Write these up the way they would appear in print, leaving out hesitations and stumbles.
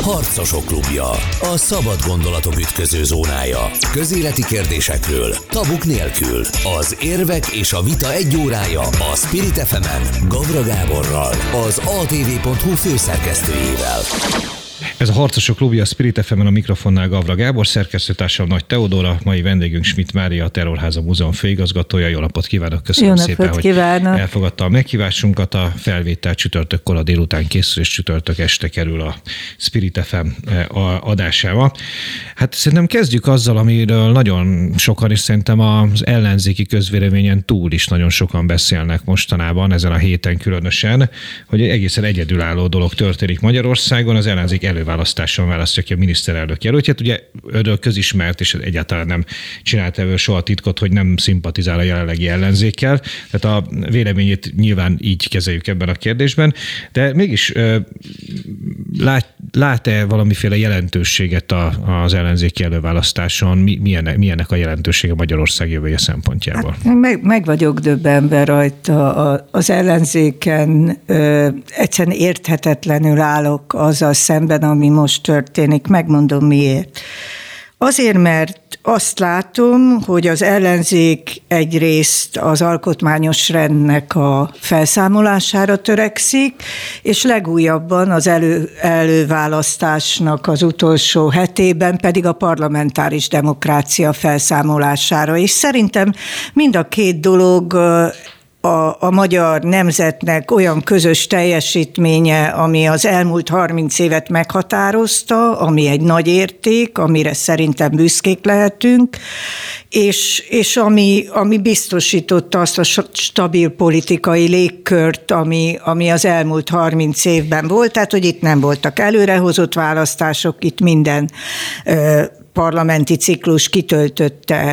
Harcosok klubja. A szabad gondolatok ütköző zónája. Közéleti kérdésekről, tabuk nélkül. Az érvek és a vita egy órája a Spirit FM-en Gavra Gáborral, az ATV.hu főszerkesztőjével. Ez a Harcosok klubja, a Spirit FM-en, a mikrofonnál Gavra Gábor, szerkesztőtársam Nagy Teodóra, mai vendégünk Schmidt Mária, a Terrorháza Múzeum főigazgatója. Jó napot kívánok, köszönöm szépen, hogy elfogadta a meghívásunkat. A felvétel csütörtökkor a délután készül, és csütörtök este kerül a Spirit FM adásába. Hát szerintem kezdjük azzal, amiről nagyon sokan, és szerintem az ellenzéki közvéleményen túl is nagyon sokan beszélnek mostanában, ezen a héten különösen, hogy egy egészen egyedülálló dolog történik Magyarországon. Az ellenzék előválasztáson választja ki a miniszterelnök jelöltjét. Ugye önök közismert, és egyáltalán nem csinált ebből soha titkot, hogy nem szimpatizál a jelenlegi ellenzékkel. Tehát a véleményét nyilván így kezeljük ebben a kérdésben. De mégis lát-e valamiféle jelentőséget az ellenzéki előválasztáson? Milyennek a jelentősége Magyarország jövője szempontjából? Hát meg vagyok döbbenve rajta. Az ellenzéken egyszerűen érthetetlenül állok azzal szemben, ami most történik. Megmondom miért. Azért, mert azt látom, hogy az ellenzék egyrészt az alkotmányos rendnek a felszámolására törekszik, és legújabban az előválasztásnak az utolsó hetében pedig a parlamentáris demokrácia felszámolására. És szerintem mind a két dolog a magyar nemzetnek olyan közös teljesítménye, ami az elmúlt 30 évet meghatározta, ami egy nagy érték, amire szerintem büszkék lehetünk, és ami biztosította azt a stabil politikai légkört, ami az elmúlt 30 évben volt, tehát hogy itt nem voltak előrehozott választások, itt minden parlamenti ciklus kitöltötte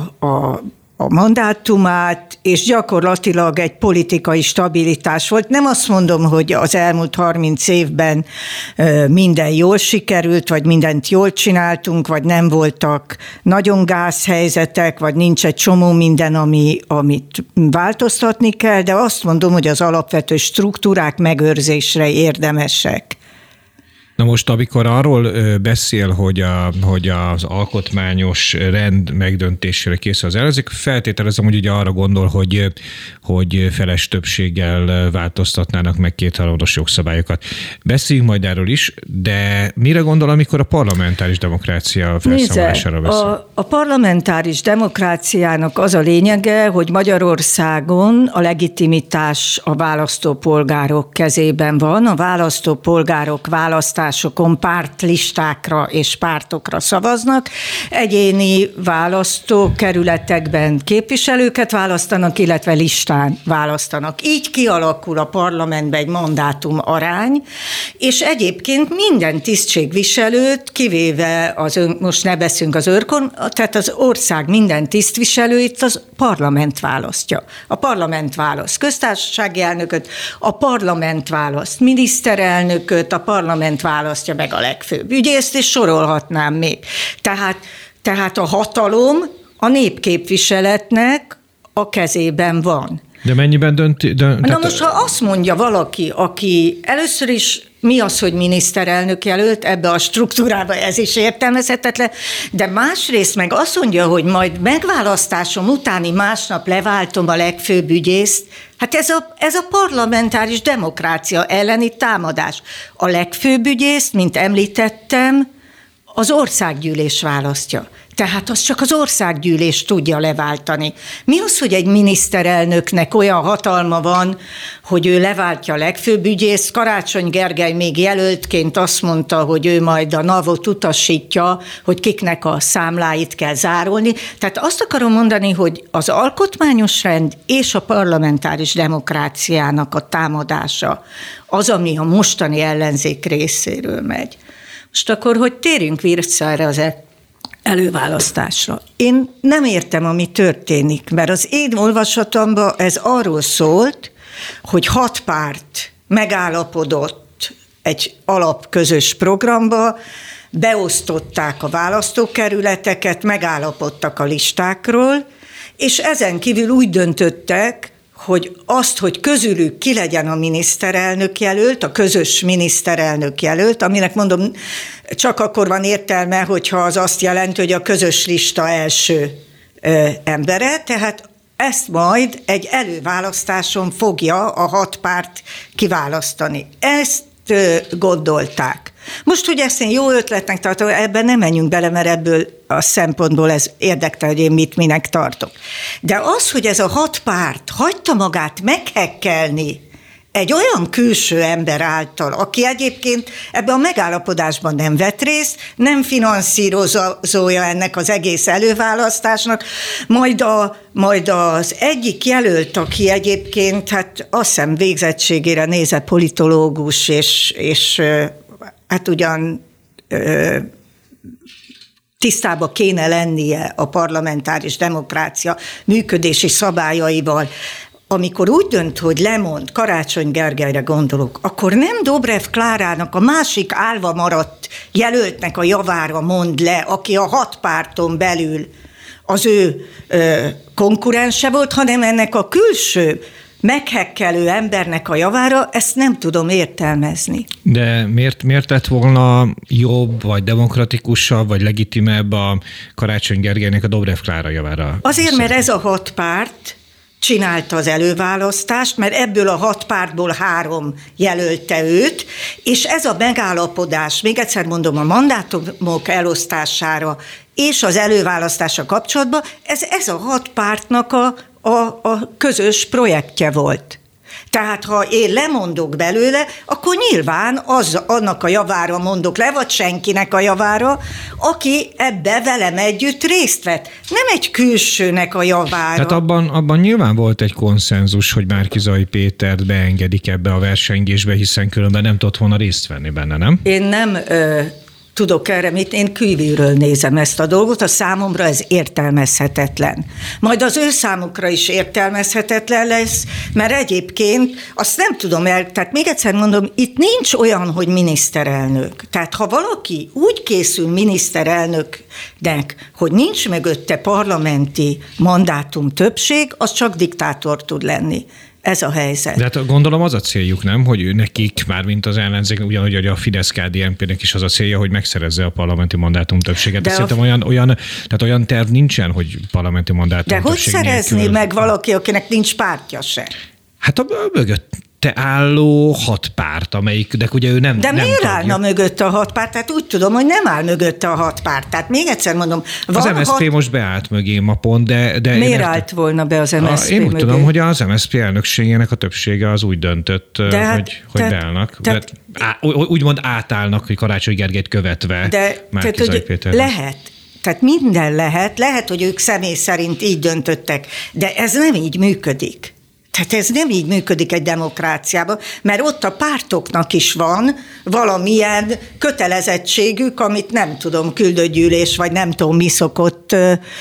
a mandátumát, és gyakorlatilag egy politikai stabilitás volt. Nem azt mondom, hogy az elmúlt 30 évben minden jól sikerült, vagy mindent jól csináltunk, vagy nem voltak nagyon gázhelyzetek, vagy nincs egy csomó minden, amit változtatni kell, de azt mondom, hogy az alapvető struktúrák megőrzésre érdemesek. Na most, amikor arról beszél, hogy az alkotmányos rend megdöntésére készül az ellenzék, feltételezem, hogy ugye arra gondol, hogy feles többséggel változtatnának meg kétharmados jogszabályokat. Beszéljünk majd erről is, de mire gondol, amikor a parlamentáris demokrácia felszámolására beszél? A parlamentáris demokráciának az a lényege, hogy Magyarországon a legitimitás a választópolgárok kezében van. A választópolgárok választásokon pártlistákra és pártokra szavaznak. Egyéni választókerületekben képviselőket választanak, illetve listán választanak. Így kialakul a parlamentben egy mandátum arány, és egyébként minden tisztségviselőt, kivéve most ne beszélünk az tehát az ország minden tisztviselőit az parlament választja. A parlament választ köztársasági elnököt, a parlament választ miniszterelnököt, a parlament választja meg a legfőbb ügyészt, és sorolhatnám még. Tehát a hatalom a népképviseletnek a kezében van. De mennyiben Na most, ha azt mondja valaki, aki először is mi az, hogy miniszterelnök jelölt, ebbe a struktúrába ez is értelmezhetetlen, de másrészt meg azt mondja, hogy majd megválasztásom utáni másnap leváltom a legfőbb ügyészt, hát ez a parlamentáris demokrácia elleni támadás. A legfőbb ügyészt, mint említettem, az országgyűlés választja. Tehát azt csak az országgyűlés tudja leváltani. Mi az, hogy egy miniszterelnöknek olyan hatalma van, hogy ő leváltja a legfőbb ügyészt? Karácsony Gergely még jelöltként azt mondta, hogy ő majd a NAV-ot utasítja, hogy kiknek a számláit kell zárolni. Tehát azt akarom mondani, hogy az alkotmányos rend és a parlamentáris demokráciának a támadása az, ami a mostani ellenzék részéről megy. Most akkor, hogy térjünk vissza erre az előválasztásra. Én nem értem, ami történik, mert az én olvasatomban ez arról szólt, hogy 6 párt megállapodott egy alapközös programba, beosztották a választókerületeket, megállapodtak a listákról, és ezen kívül úgy döntöttek, hogy azt, hogy közülük ki legyen a miniszterelnök jelölt, a közös miniszterelnök jelölt, aminek mondom, csak akkor van értelme, hogyha az azt jelenti, hogy a közös lista első embere, tehát ezt majd egy előválasztáson fogja a 6 párt kiválasztani. Ezt gondolták. Most, hogy ezt én jó ötletnek tartom, ebben nem menjünk bele, mert ebből a szempontból ez érdekel, hogy én minek tartok. De az, hogy ez a 6 párt hagyta magát meghekkelni egy olyan külső ember által, aki egyébként ebben a megállapodásban nem vett részt, nem finanszírozója ennek az egész előválasztásnak, majd az egyik jelölt, aki egyébként, hát azt hiszem végzettségére nézve politológus, és hát ugyan tisztába kéne lennie a parlamentáris demokrácia működési szabályaival. Amikor úgy dönt, hogy lemond, Karácsony Gergelyre gondolok, akkor nem Dobrev Klárának, a másik állva maradt jelöltnek a javára mond le, aki a 6 párton belül az ő konkurense volt, hanem ennek a külső meghekkelő embernek a javára, ezt nem tudom értelmezni. De miért lett volna jobb, vagy demokratikusabb, vagy legitimebb a Karácsony Gergelynek a Dobrev Klára javára? Azért, mert ez a 6 párt csinálta az előválasztást, mert ebből a 6 pártból 3 jelölte őt, és ez a megállapodás, még egyszer mondom, a mandátumok elosztására és az előválasztása kapcsolatban, ez a 6 pártnak a közös projektje volt. Tehát ha én lemondok belőle, akkor nyilván annak a javára mondok le, vagy senkinek a javára, aki ebbe velem együtt részt vett. Nem egy külsőnek a javára. Tehát abban nyilván volt egy konszenzus, hogy Márki-Zay Pétert beengedik ebbe a versengésbe, hiszen különben nem tudott volna részt venni benne, nem? Én nem tudok erre mit, én kívülről nézem ezt a dolgot, a számomra ez értelmezhetetlen. Majd az ő számukra is értelmezhetetlen lesz, mert egyébként azt nem tudom tehát még egyszer mondom, itt nincs olyan, hogy miniszterelnök. Tehát ha valaki úgy készül miniszterelnöknek, hogy nincs mögötte parlamenti mandátum többség, az csak diktátor tud lenni. Ez a helyzet. De hát gondolom az a céljuk, nem, hogy nekik, mármint az ellenzék, ugyanúgy a Fidesz-KDNP-nek is az a célja, hogy megszerezze a parlamenti mandátum többséget. De szerintem olyan terv nincsen, hogy parlamenti mandátum többség nélkül. De hogy szerezni meg valaki, akinek nincs pártja se? Hát a mögötte álló 6 párt, amelyik, de ugye ő nem De nem miért tagja. Állna mögötte a 6 párt? Tehát úgy tudom, hogy nem áll mögötte a 6 párt. Tehát még egyszer mondom. Az MSZP most beállt mögé ma pont, de miért állt volna be az MSZP Én úgy mögé? tudom, hogy az MSZP elnökségének a többsége az úgy döntött, hogy beállnak. Úgymond átállnak, hogy Karácsony Gergelyt követve Márki-Zay Péter. Lehet. Tehát minden lehet, hogy ők személy szerint így döntöttek, de ez nem így működik. Tehát ez nem így működik egy demokráciában, mert ott a pártoknak is van valamilyen kötelezettségük, amit nem tudom, küldőgyűlés, vagy nem tudom, mi szokott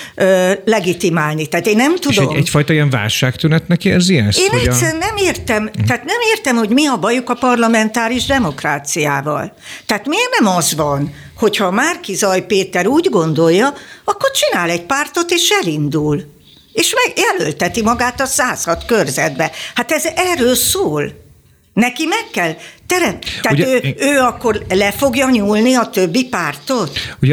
legitimálni. Tehát én nem tudom. És egyfajta ilyen válságtünetnek érzi ezt? Én egyszerűen nem értem, tehát nem értem, hogy mi a bajuk a parlamentáris demokráciával. Tehát miért nem az van, hogyha Márki-Zay Péter úgy gondolja, akkor csinál egy pártot és elindul. És jelölteti magát a 106 körzetbe. Hát ez erről szól. Neki meg kell teremteni. Tehát ugye, ő akkor le fogja nyúlni a többi pártot? Ugye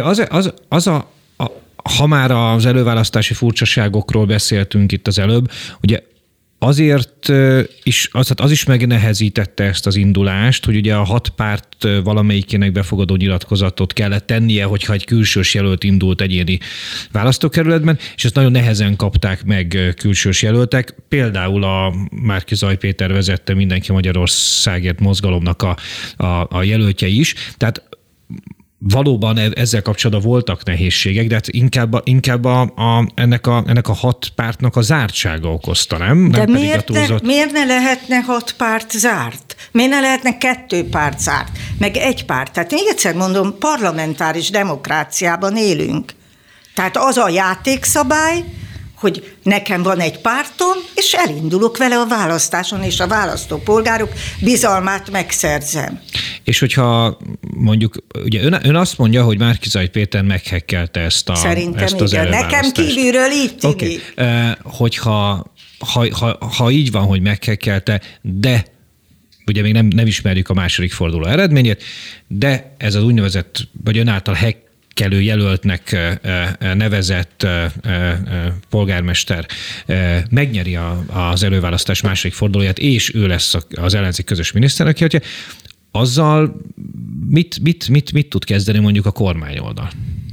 ha már az előválasztási furcsaságokról beszéltünk itt az előbb, ugye azért is, az is megnehezítette ezt az indulást, hogy ugye a 6 párt valamelyikének befogadó nyilatkozatot kellett tennie, hogyha egy külsős jelölt indult egyéni választókerületben, és ezt nagyon nehezen kapták meg külsős jelöltek. Például a Márki-Zay Péter vezette Mindenki Magyarországért mozgalomnak a jelöltje is. Tehát valóban ezzel kapcsolatban voltak nehézségek, de hát inkább ennek a 6 pártnak a zártsága okozta, nem? De miért ne lehetne 6 párt zárt? Miért ne lehetne 2 párt zárt? Meg 1 párt? Tehát még egyszer mondom, parlamentáris demokráciában élünk. Tehát az a játékszabály, hogy nekem van egy pártom, és elindulok vele a választáson, és a választópolgárok bizalmát megszerzem. És hogyha mondjuk, ugye ön azt mondja, hogy Márki-Zay Péter meghekkelte ezt az szerintem igen. Nekem kívülről így tűnik. Okay. Hogyha ha így van, hogy meghekkelte, de ugye még nem ismerjük a második forduló eredményét, de ez az úgynevezett, vagy ön által hekkelő jelöltnek nevezett polgármester megnyeri az előválasztás második fordulóját, és ő lesz az ellenzék közös miniszterelnöke, hogyha azzal mit tud kezdeni mondjuk a kormányoldal?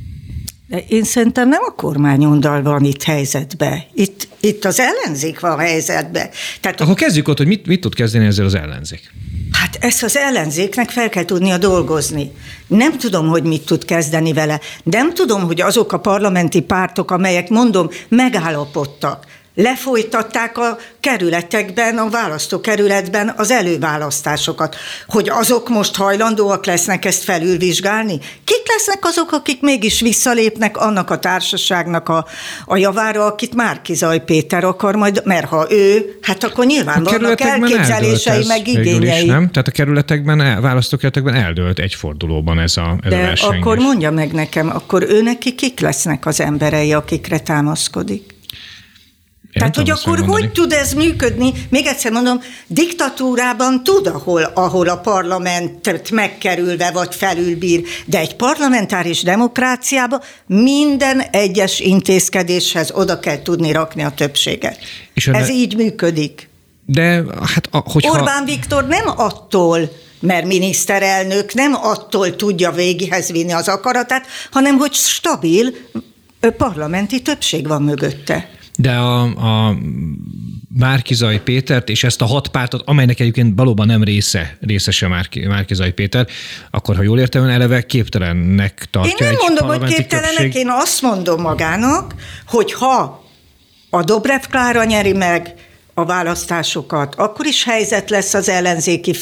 De én szerintem nem a kormányoldal van itt helyzetben. Itt az ellenzék van helyzetben. Akkor kezdjük ott, hogy mit tud kezdeni ezzel az ellenzék? Hát ezt az ellenzéknek fel kell tudnia dolgozni. Nem tudom, hogy mit tud kezdeni vele. Nem tudom, hogy azok a parlamenti pártok, amelyek, mondom, megállapodtak, lefolytatták a kerületekben, a választókerületben az előválasztásokat, hogy azok most hajlandóak lesznek ezt felülvizsgálni? Kik lesznek azok, akik mégis visszalépnek annak a társaságnak a javára, akit Márki-Zay Péter akar majd, mert ha ő, hát akkor nyilván vannak elképzelései, meg igényei. Nem? Tehát a kerületekben, választókerületekben eldőlt egy fordulóban ez a versengés. De akkor mondja meg nekem, akkor őneki kik lesznek az emberei, akikre támaszkodik? Tehát, hogy akkor hogy tud ez működni? Még egyszer mondom, diktatúrában tud, ahol a parlamentet megkerülve vagy felülbír, de egy parlamentáris demokráciában minden egyes intézkedéshez oda kell tudni rakni a többséget. Ez így működik. De hát, Orbán Viktor nem attól, mert miniszterelnök, nem attól tudja végighez vinni az akaratát, hanem hogy stabil parlamenti többség van mögötte. De a Márki-Zay Pétert és ezt a 6 pártot, amelynek egyébként valóban nem részese Márki-Zay Péter, akkor, ha jól értem, eleve képtelennek tartja. Én nem mondom, hogy képtelenek, én azt mondom magának, hogy ha a Dobrev Klára nyeri meg a választásokat, akkor is helyzet lesz az ellenzéki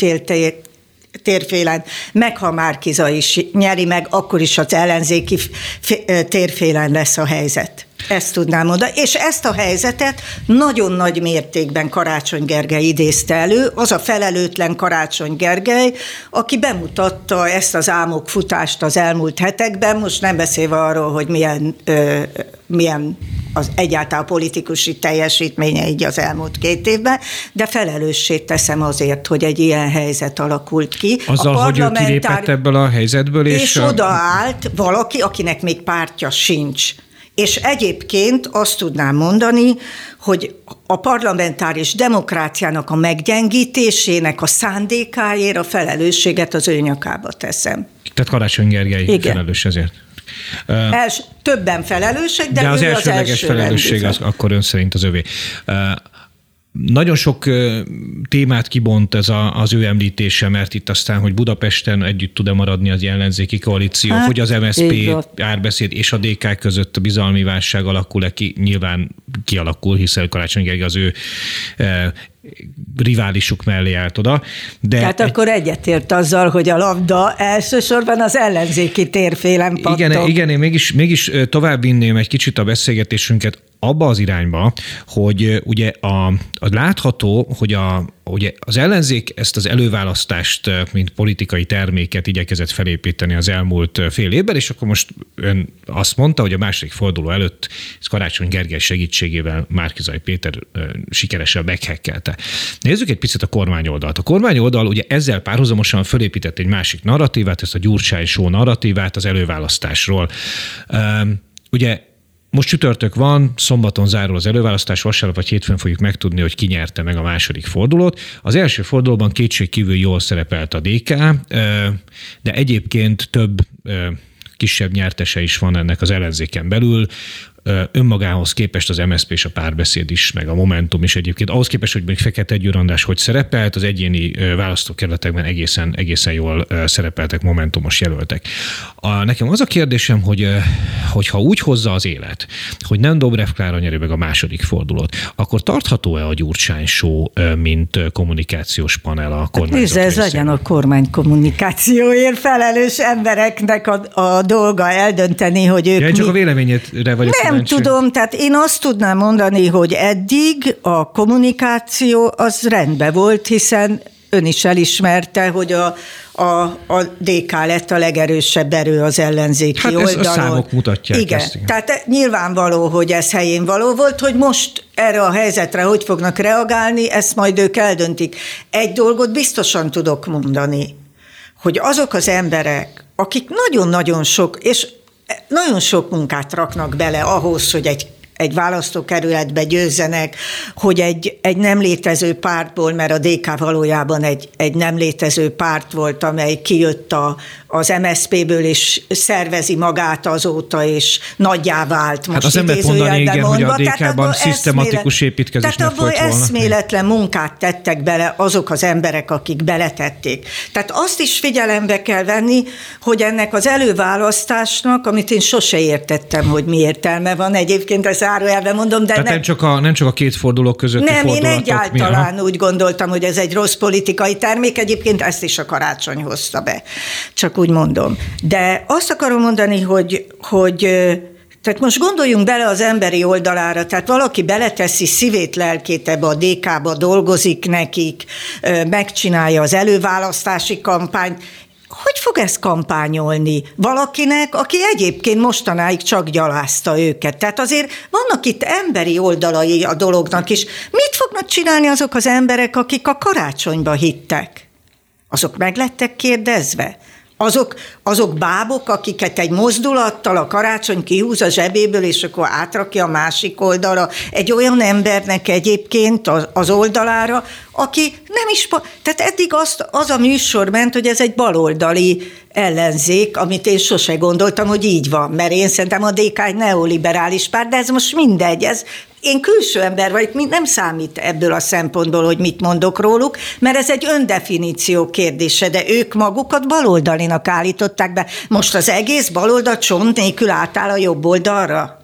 térfélen, meg ha Márki-Zay is nyeri meg, akkor is az ellenzéki térfélen lesz a helyzet. Ezt tudnám mondani. És ezt a helyzetet nagyon nagy mértékben Karácsony Gergely idézte elő, az a felelőtlen Karácsony Gergely, aki bemutatta ezt az álmokfutást az elmúlt hetekben, most nem beszélve arról, hogy milyen az egyáltalán politikusi teljesítménye így az elmúlt 2 évben, de felelőssé teszem azért, hogy egy ilyen helyzet alakult ki. Azzal, hogy ő kilépett ebből a helyzetből, és odaállt valaki, akinek még pártja sincs. És egyébként azt tudnám mondani, hogy a parlamentáris demokráciának a meggyengítésének a szándékáért a felelősséget az ő nyakába teszem. Tehát Karácsony Gergely felelős ezért. Többen felelősek, de az ő elsődleges felelősség az akkor ön szerint az övé. Nagyon sok témát kibont ez az ő említése, mert itt aztán, hogy Budapesten együtt tud-e maradni az ellenzéki koalíció, hogy az MSZP párbeszéd és a DK között a bizalmi válság alakul-e ki, nyilván kialakul, hiszen Karácsony Gergely az ő riválisuk mellé állt oda. Tehát akkor egyetért azzal, hogy a labda elsősorban az ellenzéki térfélen pattog. Igen, én mégis tovább vinném egy kicsit a beszélgetésünket abba az irányba, hogy ugye látható, hogy ugye az ellenzék ezt az előválasztást, mint politikai terméket igyekezett felépíteni az elmúlt fél évben, és akkor most ön azt mondta, hogy a második forduló előtt Karácsony Gergely segítségével Márki-Zay Péter sikeresen meghekkelte. Nézzük egy picit a kormányoldalt. A kormányoldal ugye ezzel párhuzamosan fölépített egy másik narratívát, ezt a Gyurcsány show narratívát az előválasztásról. Ugye most csütörtök van, szombaton zárul az előválasztás, vasárnap vagy hétfőn fogjuk megtudni, hogy ki nyerte meg a második fordulót. Az első fordulóban kétségkívül jól szerepelt a DK, de egyébként több kisebb nyertese is van ennek az ellenzéken belül. Önmagához képest az MSZP és a Párbeszéd is, meg a Momentum is egyébként. Ahhoz képest, hogy még Fekete Győr András hogy szerepelt, az egyéni választókerületekben egészen jól szerepeltek momentumos jelöltek. Nekem az a kérdésem, hogy ha úgy hozza az élet, hogy nem Dobrev Klára nyeri meg a második fordulót, akkor tartható-e a Gyurcsány show, mint kommunikációs panel a kormányzat részéről? Ez legyen a kormány kommunikációért felelős embereknek a dolga eldönteni, hogy ők csak a véleményedre vagyok kíváncsi. Nem tudom, tehát én azt tudnám mondani, hogy eddig a kommunikáció az rendben volt, hiszen ön is elismerte, hogy a DK lett a legerősebb erő az ellenzéki oldalon. A számok mutatják. Igen, tehát nyilvánvaló, hogy ez helyén való volt, hogy most erre a helyzetre hogy fognak reagálni, ezt majd ők eldöntik. Egy dolgot biztosan tudok mondani, hogy azok az emberek, akik nagyon-nagyon sok munkát raknak bele ahhoz, hogy egy választókerületbe győzzenek, hogy egy nem létező pártból, mert a DK valójában egy nem létező párt volt, amely kijött az MSZP-ből, és szervezi magát azóta, és nagyjá vált. Most az ember mondani, igen, hogy a DK-ban szisztematikus építkezés nem folyt volna. Tehát abban eszméletlen munkát tettek bele azok az emberek, akik beletették. Tehát azt is figyelembe kell venni, hogy ennek az előválasztásnak, amit én sose értettem, hogy mi értelme van, egyébként ezt zárójelben mondom, de nem csak a két forduló közötti fordulatok. Nem, én egyáltalán úgy gondoltam, hogy ez egy rossz politikai termék, egyébként ezt is a Karácsony hozta be. Csak úgy mondom. De azt akarom mondani, hogy tehát most gondoljunk bele az emberi oldalára, tehát valaki beleteszi szívét, lelkét ebbe a DK-ba, dolgozik nekik, megcsinálja az előválasztási kampányt. Hogy fog ezt kampányolni valakinek, aki egyébként mostanáig csak gyalázta őket? Tehát azért vannak itt emberi oldalai a dolognak is. Mit fognak csinálni azok az emberek, akik a Karácsonyba hittek? Azok meg lettek kérdezve? Azok bábok, akiket egy mozdulattal a Karácsony kihúz a zsebéből, és akkor átrakja a másik oldalra egy olyan embernek egyébként az oldalára, aki nem is... Tehát eddig az a műsor ment, hogy ez egy baloldali ellenzék, amit én sose gondoltam, hogy így van, mert én szerintem a DK egy neoliberális párt, de ez most mindegy, én külső ember vagyok, nem számít ebből a szempontból, hogy mit mondok róluk, mert ez egy öndefiníció kérdése, de ők magukat baloldalinak állították be. Most az egész baloldal csont nélkül átáll a jobb oldalra?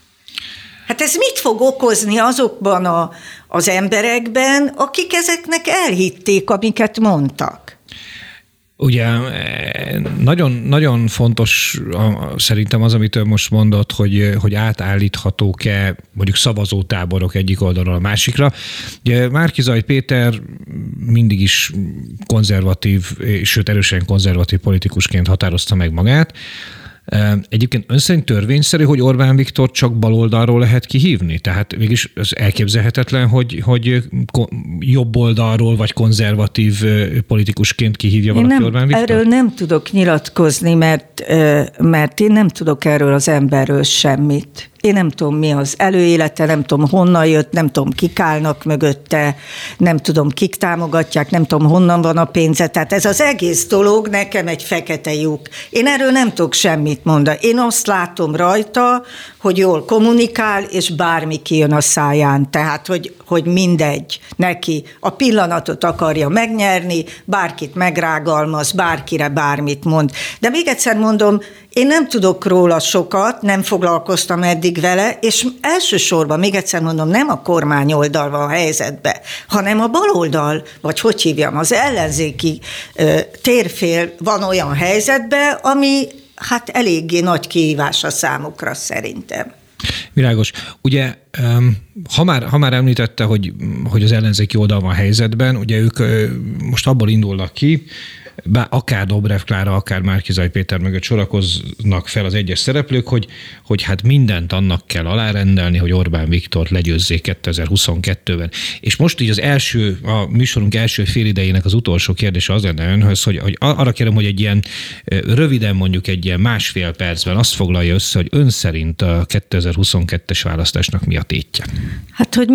Hát ez mit fog okozni azokban az emberekben, akik ezeknek elhitték, amiket mondtak? Ugye nagyon, nagyon fontos szerintem az, amit ön most mondott, hogy átállíthatók-e mondjuk szavazótáborok egyik oldalról a másikra. Ugye Márki-Zay Péter mindig is konzervatív, sőt erősen konzervatív politikusként határozta meg magát. Egyébként ön szerint törvényszerű, hogy Orbán Viktor csak baloldalról lehet kihívni? Tehát mégis az elképzelhetetlen, hogy jobb oldalról vagy konzervatív politikusként kihívja valaki Orbán Viktor? Erről nem tudok nyilatkozni, mert én nem tudok erről az emberről semmit. Én nem tudom, mi az előélete, nem tudom, honnan jött, nem tudom, kik állnak mögötte, nem tudom, kik támogatják, nem tudom, honnan van a pénze. Tehát ez az egész dolog nekem egy fekete lyuk. Én erről nem tudok semmit mondani. Én azt látom rajta, hogy jól kommunikál, és bármi kijön a száján. Tehát, hogy mindegy neki. A pillanatot akarja megnyerni, bárkit megrágalmaz, bárkire bármit mond. De még egyszer mondom, én nem tudok róla sokat, nem foglalkoztam eddig vele, és elsősorban, még egyszer mondom, nem a kormány oldal van helyzetben, hanem a baloldal, vagy hogy hívjam, az ellenzéki térfél van olyan helyzetben, ami hát eléggé nagy kihívás a számukra szerintem. Világos. Ugye, ha már említette, hogy az ellenzéki oldal van helyzetben, ugye ők most abból indulnak ki, akár Dobrev Klára, akár Márki-Zay Péter mögött sorakoznak fel az egyes szereplők, hogy hát mindent annak kell alárendelni, hogy Orbán Viktort legyőzzék 2022-ben. És most így a műsorunk első félidejének az utolsó kérdése az lenne önhöz, hogy arra kérem, hogy egy ilyen röviden, mondjuk egy ilyen másfél percben azt foglalja össze, hogy ön szerint a 2022-es választásnak mi a tétje? Hát, hogy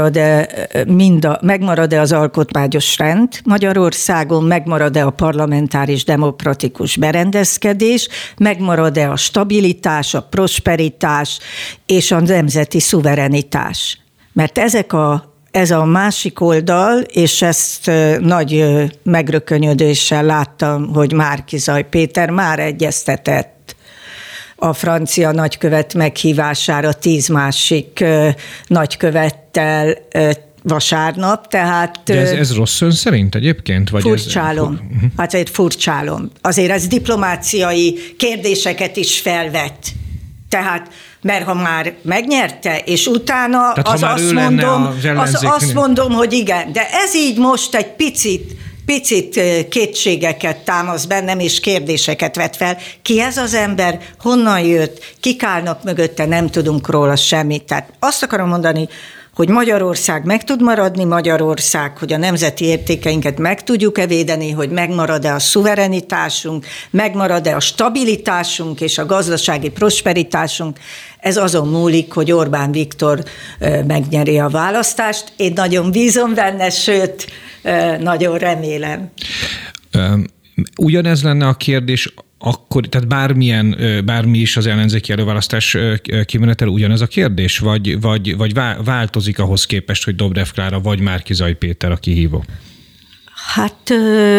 megmarad-e az alkotmányos rend Magyarországon, megmarad-e a parlamentáris demokratikus berendezkedés, megmarad-e a stabilitás, a prosperitás és a nemzeti szuverenitás. Mert ez a másik oldal, és ezt nagy megrökönyödéssel láttam, hogy Márki-Zay Péter már egyeztetett a francia nagykövet meghívására 10 másik nagykövettel vasárnap, tehát... De ez rossz ön szerint egyébként? Vagy furcsálom. Hát azért furcsálom. Azért ez diplomáciai kérdéseket is felvet. Tehát, mert ha már megnyerte, és utána azt mondom, hogy igen. De ez így most egy picit kétségeket támaszt bennem, és kérdéseket vet fel. Ki ez az ember? Honnan jött? Kik állnak mögötte? Nem tudunk róla semmit. Tehát azt akarom mondani, hogy Magyarország meg tud maradni, Magyarország, hogy a nemzeti értékeinket meg tudjuk-e védeni, hogy megmarad-e a szuverenitásunk, megmarad-e a stabilitásunk és a gazdasági prosperitásunk. Ez azon múlik, hogy Orbán Viktor megnyeri a választást. Én nagyon bízom benne, sőt, nagyon remélem. Ugyanez lenne a kérdés, akkor, tehát bármi is az ellenzéki előválasztás kimenetel, ugyanez a kérdés? Vagy változik ahhoz képest, hogy Dobrev Klára vagy Márki-Zay Péter a kihívó? Hát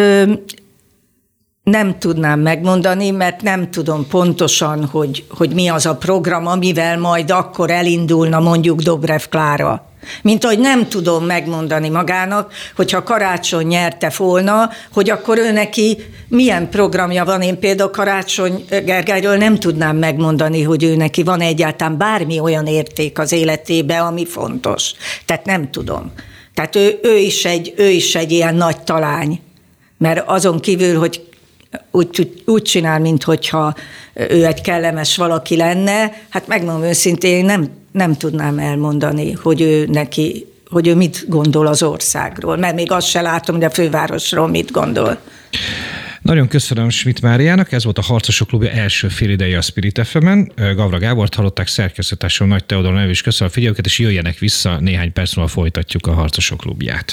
nem tudnám megmondani, mert nem tudom pontosan, hogy mi az a program, amivel majd akkor elindulna mondjuk Dobrev Klára. Mint ahogy nem tudom megmondani magának, hogyha Karácsony nyerte volna, hogy akkor ő neki milyen programja van. Én például Karácsony Gergelyről nem tudnám megmondani, hogy ő neki van egyáltalán bármi olyan érték az életében, ami fontos. Tehát nem tudom. Tehát ő is egy ilyen nagy talány. Mert azon kívül, hogy úgy csinál, minthogyha ő egy kellemes valaki lenne, hát megmondom őszintén, én nem tudnám elmondani, hogy ő mit gondol az országról, mert még azt se látom, hogy a fővárosról mit gondol. Nagyon köszönöm Schmidt Máriának, ez volt a Harcosok Klubja első félideje a Spirit FM-en. Gavra Gábort hallották, szerkesztőtársam Nagy Teodor nevű, és köszönöm a figyelőket, és jöjjenek vissza, néhány perc múlva folytatjuk a Harcosok Klubját.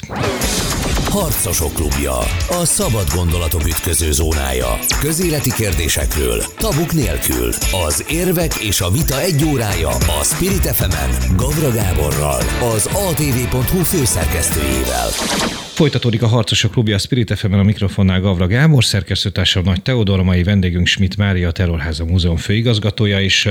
Harcosok Klubja, a szabad gondolatok ütköző zónája. Közéleti kérdésekről, tabuk nélkül. Az érvek és a vita egy órája a Spirit FM-en Gavra Gáborral, az atv.hu főszerkesztőjével. Folytatódik a Harcosok Klubja a Spirit FM-en, a mikrofonnál Gavra Gábor, szerkesztőtársam Nagy Teodor, a mai vendégünk Schmidt Mária, a Terrorháza Múzeum főigazgatója, és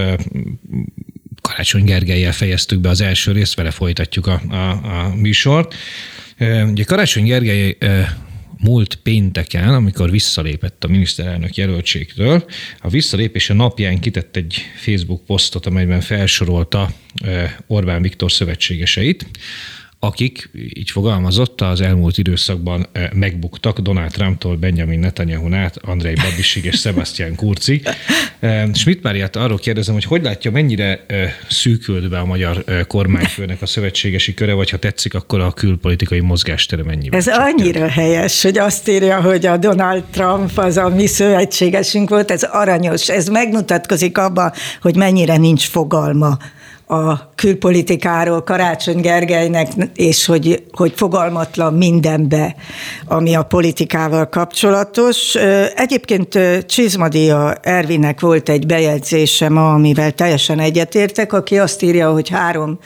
Karácsony Gergellyel fejeztük be az első részt, vele folytatjuk a műsort. Ugye Karácsony Gergely múlt pénteken, amikor visszalépett a miniszterelnök jelöltségtől, a visszalépése napján kitett egy Facebook posztot, amelyben felsorolta Orbán Viktor szövetségeseit, akik, így fogalmazott, az elmúlt időszakban megbuktak Donald Trumptól Benjamin Netanyahun át, Andrej Babisig és Sebastian Kurzig. Schmidt Máriát arról kérdezem, hogy látja, mennyire szűkült be a magyar kormányfőnek a szövetségesi köre, vagy ha tetszik, akkor a külpolitikai mozgástere mennyivel? Ez annyira helyes, hogy azt írja, hogy a Donald Trump az a mi szövetségesünk volt, ez aranyos, ez megmutatkozik abban, hogy mennyire nincs fogalma a külpolitikáról Karácsony Gergelynek, és hogy fogalmatlan mindenbe, ami a politikával kapcsolatos. Egyébként Csizmadia Ervinnek volt egy bejegyzése ma, amivel teljesen egyetértek, aki azt írja, hogy 3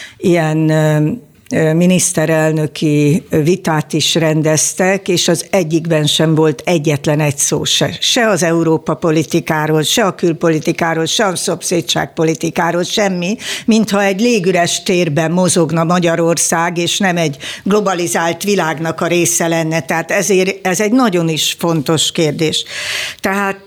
ilyen miniszterelnöki vitát is rendeztek, és az egyikben sem volt egyetlen egy szó se az Európa politikáról, se a külpolitikáról, se a szomszédságpolitikáról, semmi, mintha egy légüres térben mozogna Magyarország, és nem egy globalizált világnak a része lenne. Tehát ezért ez egy nagyon is fontos kérdés. Tehát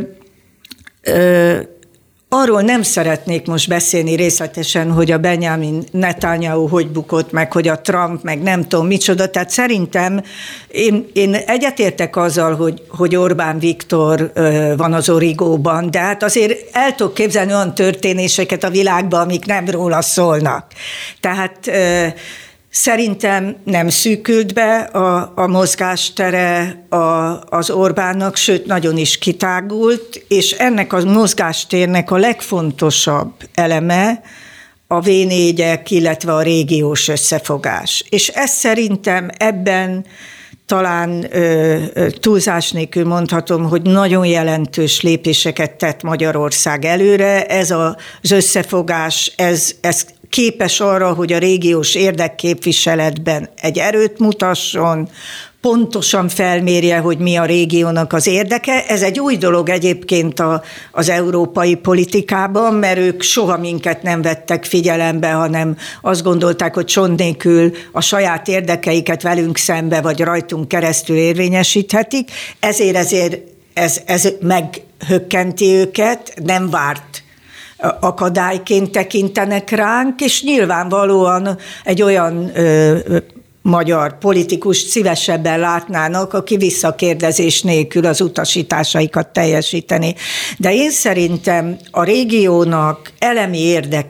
arról nem szeretnék most beszélni részletesen, hogy a Benjamin Netanyahu hogy bukott meg, hogy a Trump, meg nem tudom micsoda. Tehát szerintem én egyetértek azzal, hogy Orbán Viktor van az origóban, de hát azért el tudok képzelni olyan történéseket a világban, amik nem róla szólnak. Tehát szerintem nem szűkült be a mozgástere az Orbánnak, sőt nagyon is kitágult, és ennek a mozgástérnek a legfontosabb eleme a V4-ek, illetve a régiós összefogás. És ez szerintem ebben talán túlzás nélkül mondhatom, hogy nagyon jelentős lépéseket tett Magyarország előre. Ez az összefogás, ez képes arra, hogy a régiós érdekképviseletben egy erőt mutasson, pontosan felmérje, hogy mi a régiónak az érdeke. Ez egy új dolog egyébként az európai politikában, mert ők soha minket nem vettek figyelembe, hanem azt gondolták, hogy csont nélkül a saját érdekeiket velünk szembe, vagy rajtunk keresztül érvényesíthetik. Ezért ez meghökkenti őket, nem várt akadályként tekintenek ránk, és nyilvánvalóan egy olyan magyar politikus szívesebben látnának, aki visszakérdezés nélkül az utasításaikat teljesíteni. De én szerintem a régiónak elemi érdeke,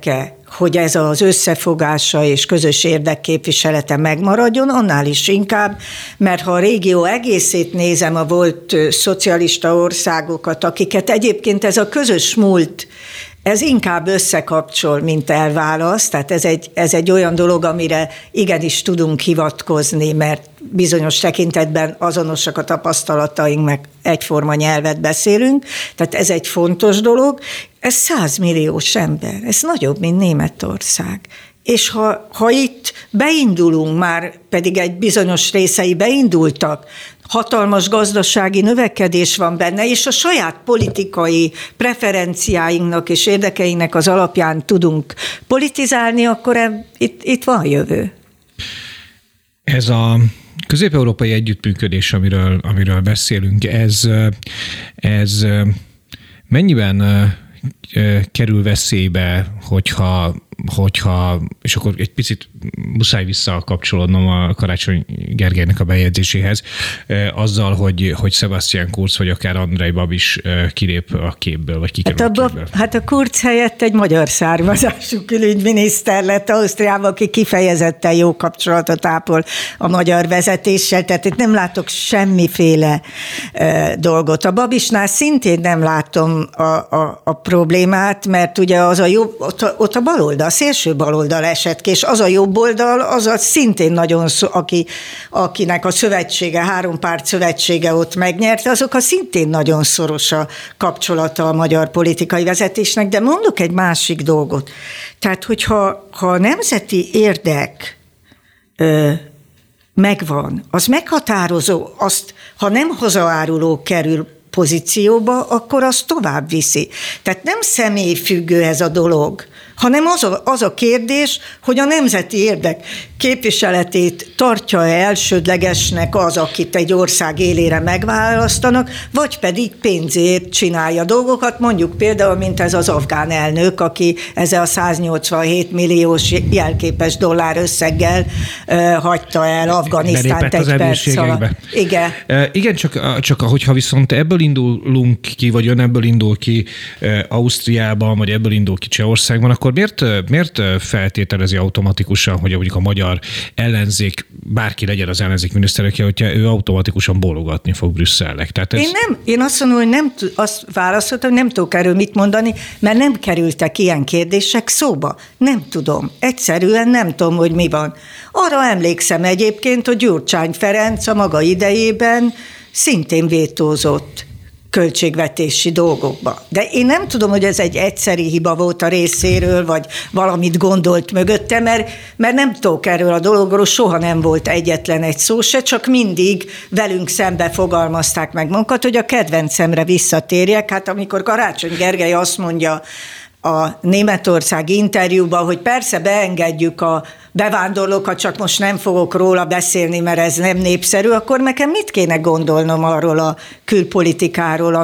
hogy ez az összefogása és közös érdekképviselete megmaradjon, annál is inkább, mert ha a régió egészét nézem, a volt szocialista országokat, akiket egyébként ez a közös múlt, ez inkább összekapcsol, mint elválaszt, tehát ez egy olyan dolog, amire igenis tudunk hivatkozni, mert bizonyos tekintetben azonosak a tapasztalataink, meg egyforma nyelvet beszélünk, tehát ez egy fontos dolog. Ez 100 milliós ember, ez nagyobb, mint Németország. És ha itt beindulunk, már pedig egy bizonyos részei beindultak, hatalmas gazdasági növekedés van benne, és a saját politikai preferenciáinknak és érdekeinknek az alapján tudunk politizálni, akkor itt van jövő. Ez a közép-európai együttműködés, amiről beszélünk, ez mennyiben kerül veszélybe, hogyha, és akkor egy picit muszáj visszakapcsolódnom a Karácsony Gergelynek a bejegyzéséhez, azzal, hogy Sebastian Kurz vagy akár Andrej Babis kilép a képből, vagy kikerül a képből. Hát a Kurz helyett egy magyar származású külügyminiszter lett Ausztriában, aki kifejezetten jó kapcsolatot ápol a magyar vezetéssel, tehát itt nem látok semmiféle dolgot. A Babisnál szintén nem látom a problémát, mert ugye az a jobb, ott a baloldal, a szélső baloldal esett ki, és az a jobb oldal, az a szintén nagyon, akinek a szövetsége, 3 párt szövetsége ott megnyerte, azok a szintén nagyon szoros a kapcsolata a magyar politikai vezetésnek, de mondok egy másik dolgot. Tehát, hogyha a nemzeti érdek megvan, az meghatározó, azt, ha nem hazaáruló kerül pozícióba, akkor az tovább viszi. Tehát nem személyfüggő ez a dolog, hanem az a kérdés, hogy a nemzeti érdek képviseletét tartja-e elsődlegesnek az, akit egy ország élére megválasztanak, vagy pedig pénzért csinálja dolgokat, mondjuk például, mint ez az afgán elnök, aki ezzel a 187 milliós jelképes dollár összeggel hagyta el Afganisztánt egy perc alatt. Igen. Igen, csak hogyha viszont ebből indulunk ki, vagy ön ebből indul ki Ausztriában, vagy ebből indul ki Csehországban, akkor miért feltételezi automatikusan, hogy mondjuk a magyar ellenzék, bárki legyen az ellenzék miniszterelnöke, hogyha ő automatikusan bólogatni fog Brüsszelnek? Tehát ez... Én azt mondom, hogy azt válaszoltam, nem tudok erről mit mondani, mert nem kerültek ilyen kérdések szóba. Nem tudom. Egyszerűen nem tudom, hogy mi van. Arra emlékszem egyébként, hogy Gyurcsány Ferenc a maga idejében szintén vétózott költségvetési dolgokba. De én nem tudom, hogy ez egy egyszeri hiba volt a részéről, vagy valamit gondolt mögötte, mert nem tudok erről a dologról, soha nem volt egyetlen egy szó se, csak mindig velünk szembe fogalmazták meg magukat, hogy a kedvencemre visszatérjek. Hát amikor Karácsony Gergely azt mondja a Németország interjúban, hogy persze beengedjük a bevándorlókat, csak most nem fogok róla beszélni, mert ez nem népszerű, akkor nekem mit kéne gondolnom arról a külpolitikáról,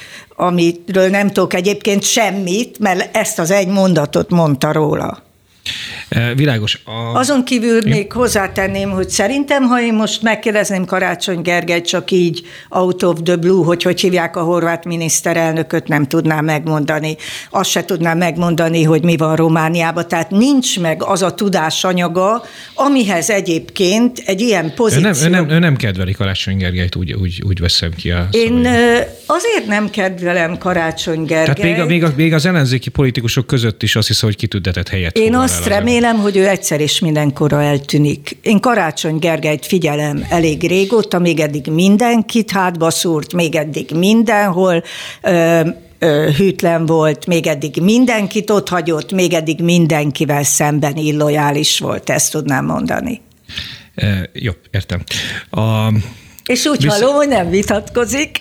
amiről nem tudok egyébként semmit, mert ezt az egy mondatot mondta róla. Világos. Azon kívül még hozzátenném, hogy szerintem, ha én most megkérdezném Karácsony Gergelyt csak így out of the blue, hogy hívják a horvát miniszterelnököt, nem tudnám megmondani. Azt se tudnám megmondani, hogy mi van Romániában. Tehát nincs meg az a tudásanyaga, amihez egyébként egy ilyen pozíció... Ő nem kedveli Karácsony Gergelyt, úgy veszem ki a Én azért nem kedvelem Karácsony Gergelyt. Tehát még az ellenzéki politikusok között is azt hiszem, hogy kitüntetett helyet. Én azt remélem, hogy ő egyszer és mindenkorra eltűnik. Én Karácsony Gergelyt figyelem elég régóta, még eddig mindenkit hátba szúrt, még eddig mindenhol hűtlen volt, még eddig mindenkit ott hagyott, még eddig mindenkivel szemben illojális volt, ezt tudnám mondani. Jó, értem. És úgy hallom, hogy nem vitatkozik.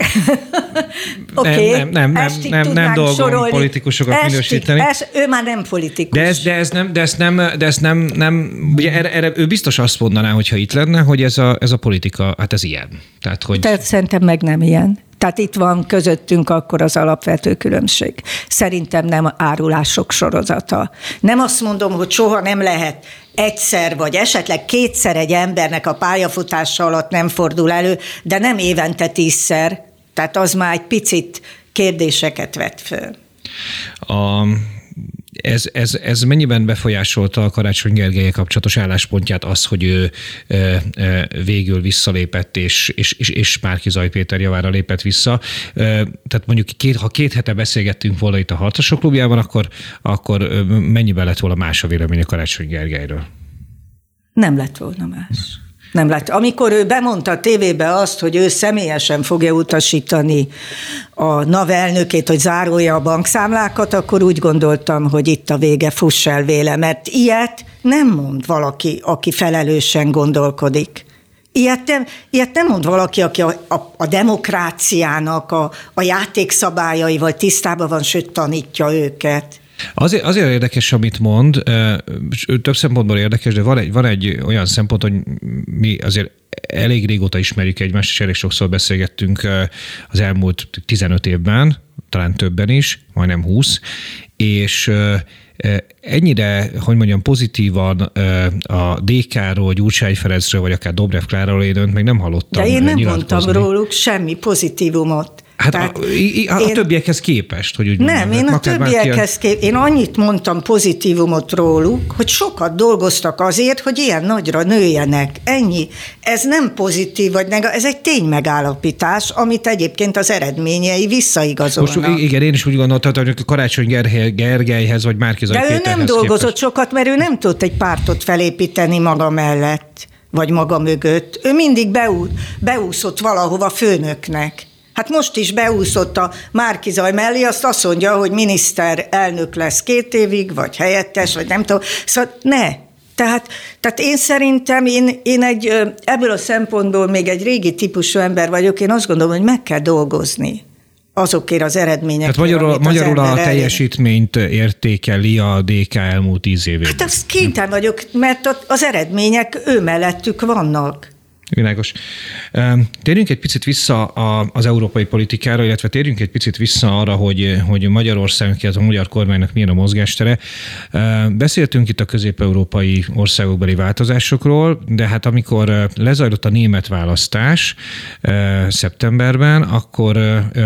Okay. Nem dolgom politikusokat minősíteni. Ő már nem politikus. De ezt nem ugye erre ő biztos azt mondaná, hogyha itt lenne, hogy ez a politika, hát ez ilyen. Tehát szerintem meg nem ilyen. Tehát itt van közöttünk akkor az alapvető különbség. Szerintem nem árulások sorozata. Nem azt mondom, hogy soha nem lehet egyszer, vagy esetleg kétszer egy embernek a pályafutása alatt nem fordul elő, de nem évente 10-szer. Tehát az már egy picit kérdéseket vet föl. Ez mennyiben befolyásolta a Karácsony Gergellyel kapcsolatos álláspontját az, hogy ő végül visszalépett, és Márki-Zay Péter javára lépett vissza? Tehát mondjuk ha 2 hete beszélgettünk volna itt a Harcosok Klubjában, akkor mennyiben lett volna más a vélemény a Karácsony Gergelyről? Nem lett volna más. Nem lett. Amikor ő bemondta a tévébe azt, hogy ő személyesen fogja utasítani a NAV elnökét, hogy zárolja a bankszámlákat, akkor úgy gondoltam, hogy itt a vége, fuss el véle, mert ilyet nem mond valaki, aki felelősen gondolkodik. Ilyet nem mond valaki, aki a demokráciának a játékszabályaival tisztában van, sőt tanítja őket. Azért érdekes, amit mond, több szempontból érdekes, de van egy olyan szempont, hogy mi azért elég régóta ismerjük egymást, és elég sokszor beszélgettünk az elmúlt 15 évben, talán többen is, majdnem 20, és ennyire, hogy mondjam, pozitívan a DK-ról, Gyurcsány Ferencről, vagy akár Dobrev Kláráról én önt még nem hallottam. De én nem mondtam róluk semmi pozitívumot. Hát a többiekhez képest, hogy úgy nem, mondjam. Én a többiekhez én annyit mondtam pozitívumot róluk, hogy sokat dolgoztak azért, hogy ilyen nagyra nőjenek. Ennyi. Ez nem pozitív, vagy ez egy ténymegállapítás, amit egyébként az eredményei visszaigazolnak. Most igen, én is úgy gondoltam, hogy a Karácsony Gergelyhez, vagy Márki-Zay Péterhez képest. De ő nem dolgozott sokat, mert ő nem tudott egy pártot felépíteni maga mellett, vagy maga mögött. Ő mindig beúszott valahova főnöknek. Hát most is beúszott a Márki-Zay mellé, azt mondja, hogy miniszterelnök lesz 2 évig, vagy helyettes, vagy nem tudom. Szóval Tehát én szerintem ebből a szempontból még egy régi típusú ember vagyok, én azt gondolom, hogy meg kell dolgozni azokért az eredményekért. Tehát magyarul a teljesítményt értékeli a DK elmúlt 10 évében. Hát azt kénytelen vagyok, mert az eredmények ő mellettük vannak. Világos. Térjünk egy picit vissza az európai politikára, illetve térjünk egy picit vissza arra, hogy Magyarország, illetve a magyar kormánynak milyen a mozgástere. Beszéltünk itt a közép-európai országokbeli változásokról, de hát amikor lezajlott a német választás szeptemberben, akkor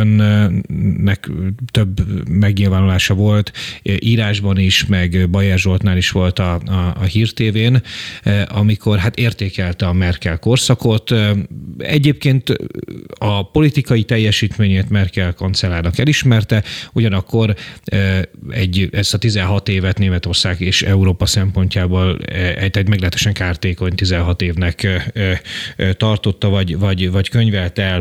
önnek több megnyilvánulása volt írásban is, meg Bajer Zsoltnál is volt a Hír TV-n, amikor hát értékelte a Merkel korszakot. Egyébként a politikai teljesítményét Merkel kancellárnak elismerte, ugyanakkor ezt a 16 évet Németország és Európa szempontjából egy meglehetősen kártékony 16 évnek tartotta, vagy könyvelt el.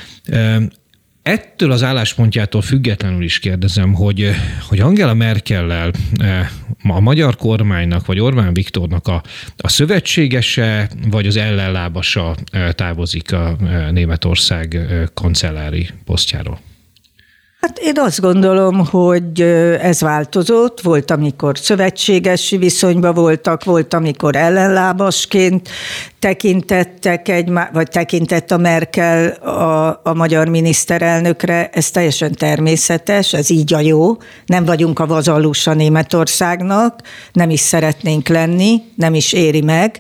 Ettől az álláspontjától függetlenül is kérdezem, hogy Angela Merkellel a magyar kormánynak, vagy Orbán Viktornak a szövetségese, vagy az ellenlábasa távozik a Németország kancellári posztjáról? Hát én azt gondolom, hogy ez változott. Volt, amikor szövetségesi viszonyban voltak, volt, amikor ellenlábasként tekintett a Merkel a magyar miniszterelnökre. Ez teljesen természetes, ez így a jó. Nem vagyunk a vazallusa Németországnak, nem is szeretnénk lenni, nem is éri meg,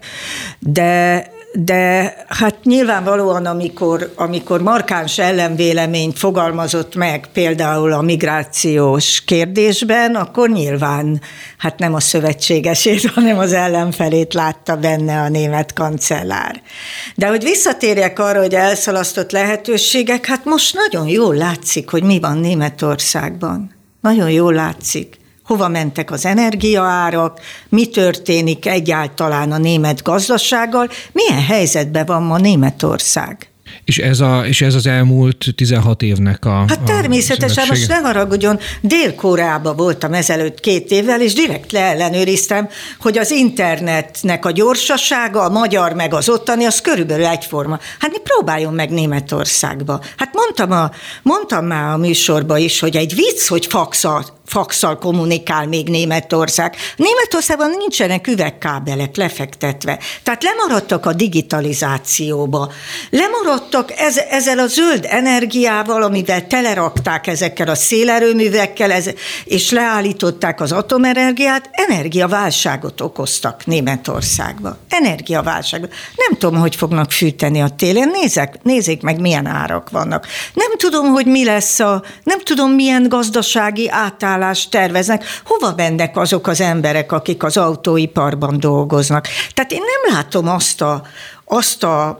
de hát nyilvánvalóan, amikor markáns ellenvéleményt fogalmazott meg például a migrációs kérdésben, akkor nyilván hát nem a szövetségesét, hanem az ellenfelét látta benne a német kancellár. De hogy visszatérjek arra, hogy elszalasztott lehetőségek, hát most nagyon jól látszik, hogy mi van Németországban. Nagyon jól látszik. Hova mentek az energiaárak, mi történik egyáltalán a német gazdasággal, milyen helyzetben van ma Németország. És ez az elmúlt 16 évnek Hát természetesen, most ne haragudjon, Dél-Koreában voltam ezelőtt 2 évvel, és direkt leellenőriztem, hogy az internetnek a gyorsasága, a magyar meg az ottani, az körülbelül egyforma. Hát mi próbáljon meg Németországba. Hát mondtam már a műsorban is, hogy egy vicc, hogy faxal kommunikál még Németország. Németországban nincsenek üvegkábelek lefektetve. Tehát lemaradtak a digitalizációba. Lemaradtak ezzel a zöld energiával, amivel telerakták ezekkel a szélerőművekkel, és leállították az atomenergiát, energiaválságot okoztak Németországban. Energiaválságot. Nem tudom, hogy fognak fűteni a télen. Nézzék meg, milyen árak vannak. Nem tudom, hogy mi lesz nem tudom, milyen gazdasági átállás felszállást terveznek. Hova mennek azok az emberek, akik az autóiparban dolgoznak? Tehát én nem látom azt a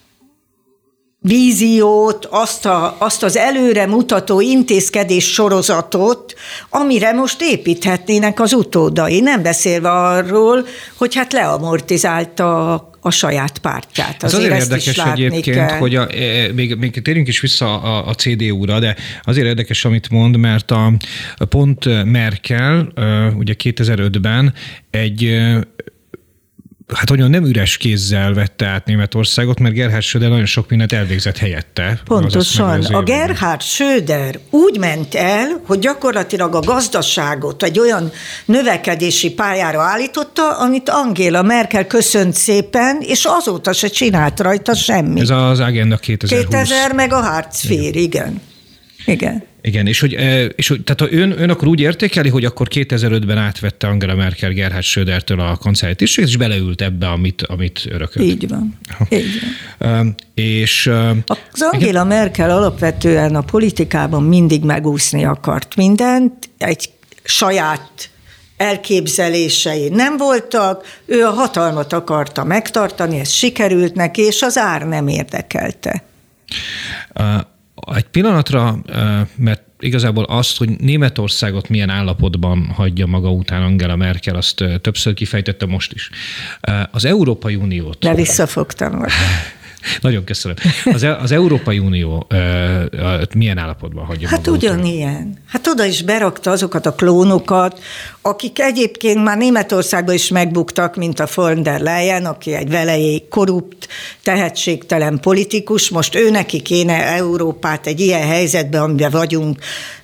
víziót, azt az előre mutató intézkedés sorozatot, amire most építhetnének az utódai. Nem beszélve arról, hogy hát leamortizálta a saját pártját. Ez azért érdekes egyébként, hogy még térjünk is vissza a CDU-ra, de azért érdekes, amit mond, mert pont Merkel ugye 2005-ben egy hát olyan nem üres kézzel vette át Németországot, mert Gerhard Schröder nagyon sok mindent elvégzett helyette. Pontosan. A Gerhard Schröder úgy ment el, hogy gyakorlatilag a gazdaságot egy olyan növekedési pályára állította, amit Angela Merkel köszönt szépen, és azóta se csinált rajta semmit. Ez az Agenda 2020. 2000 meg a Hartz IV, igen. Igen, és tehát ön akkor úgy értékeli, hogy akkor 2005-ben átvette Angela Merkel Gerhard Schrödertől a kancellár tisztséget, és beleült ebbe, amit örökölt. Így van. És az Angela Merkel alapvetően a politikában mindig megúszni akart mindent, egy saját elképzelései nem voltak, ő a hatalmat akarta megtartani, ez sikerült neki, és az ár nem érdekelte. Egy pillanatra, mert igazából azt, hogy Németországot milyen állapotban hagyja maga után Angela Merkel, azt többször kifejtette most is. Az Európai Uniót... De visszafogtam magam. Nagyon köszönöm. Az Európai Unió milyen állapotban hagyja maga ugyanilyen. Után? Hát oda is berakta azokat a klónokat, akik egyébként már Németországban is megbuktak, mint a von der Leyen, aki egy velejéig korrupt, tehetségtelen politikus. Most ő neki kéne Európát egy ilyen helyzetbe, amiben vagyunk,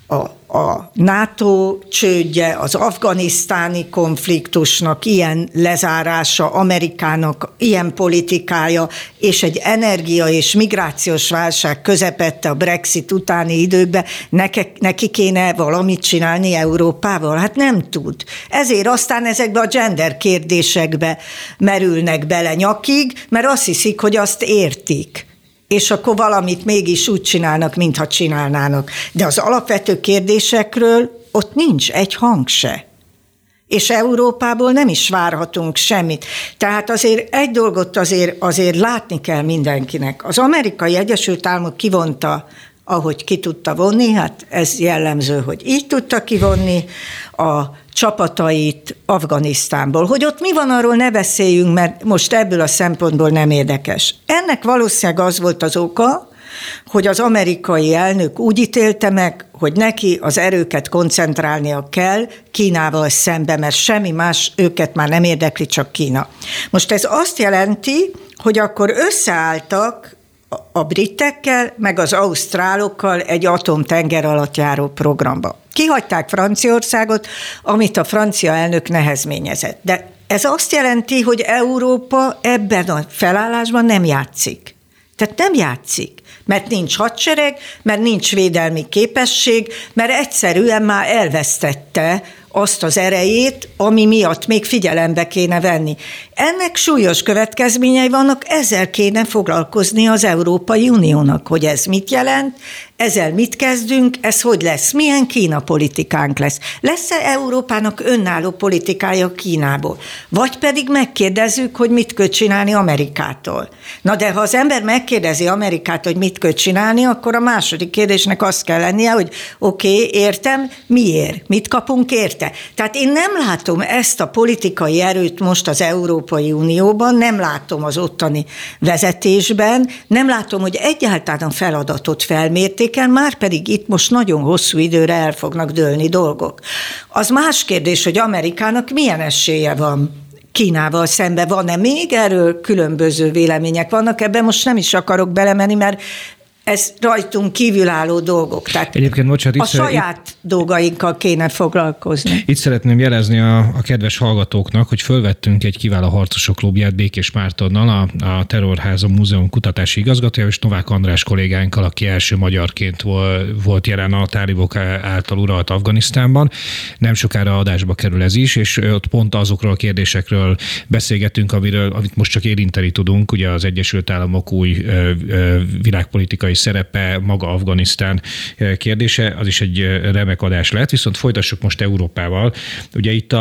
a NATO csődje, az afganisztáni konfliktusnak ilyen lezárása, Amerikának ilyen politikája, és egy energia- és migrációs válság közepette a Brexit utáni időkben, neki kéne valamit csinálni Európával? Hát nem tud. Ezért aztán ezekbe a gender kérdésekbe merülnek bele nyakig, mert azt hiszik, hogy azt értik. És akkor valamit mégis úgy csinálnak, mintha csinálnának. De az alapvető kérdésekről ott nincs egy hang se. És Európából nem is várhatunk semmit. Tehát azért egy dolgot azért látni kell mindenkinek. Az Amerikai Egyesült Államok kivonta, ahogy ki tudta vonni, hát ez jellemző, hogy így tudta kivonni a csapatait Afganisztánból. Hogy ott mi van, arról ne beszéljünk, mert most ebből a szempontból nem érdekes. Ennek valószínűleg az volt az oka, hogy az amerikai elnök úgy ítélte meg, hogy neki az erőket koncentrálnia kell Kínával szembe, mert semmi más őket már nem érdekli, csak Kína. Most ez azt jelenti, hogy akkor összeálltak a britekkel, meg az ausztrálokkal egy atomtenger alatt járó programba. Kihagyták Franciaországot, amit a francia elnök nehezményezett. De ez azt jelenti, hogy Európa ebben a felállásban nem játszik. Tehát nem játszik, mert nincs hadsereg, mert nincs védelmi képesség, mert egyszerűen már elvesztette azt az erejét, ami miatt még figyelembe kéne venni. Ennek súlyos következményei vannak, ezzel kéne foglalkozni az Európai Uniónak, hogy ez mit jelent, ezzel mit kezdünk, ez hogy lesz, milyen Kína politikánk lesz. Lesz-e Európának önálló politikája Kínából? Vagy pedig megkérdezzük, hogy mit kell csinálni Amerikától. Na de ha az ember megkérdezi Amerikát, hogy mit kell csinálni, akkor a második kérdésnek az kell lennie, hogy oké, értem, miért? Mit kapunk érte? Tehát én nem látom ezt a politikai erőt most az Európai Unióban, nem látom az ottani vezetésben, nem látom, hogy egyáltalán a feladatot felmérték el, már pedig itt most nagyon hosszú időre el fognak dőlni dolgok. Az más kérdés, hogy Amerikának milyen esélye van Kínával szemben. Van-e még erről különböző vélemények vannak? Ebben most nem is akarok belemenni, mert ez rajtunk kívülálló dolgok. Tehát egyébként, bocsánat, a saját dolgainkkal kéne foglalkozni. Itt szeretném jelezni a kedves hallgatóknak, hogy fölvettünk egy Kiváló harcosok klubját Békés Mártonnal, a Terrorháza Múzeum kutatási igazgatója, és Novák András kollégánkkal, aki első magyarként volt jelen a tálibok által uralt Afganisztánban. Nem sokára adásba kerül ez is, és ott pont azokról a kérdésekről beszélgetünk, amit most csak érinteni tudunk, ugye az Egyesült Államok új világpolitikai szerepe, maga Afganisztán kérdése, az is egy remek remek adás lett, viszont folytassuk most Európával. Ugye itt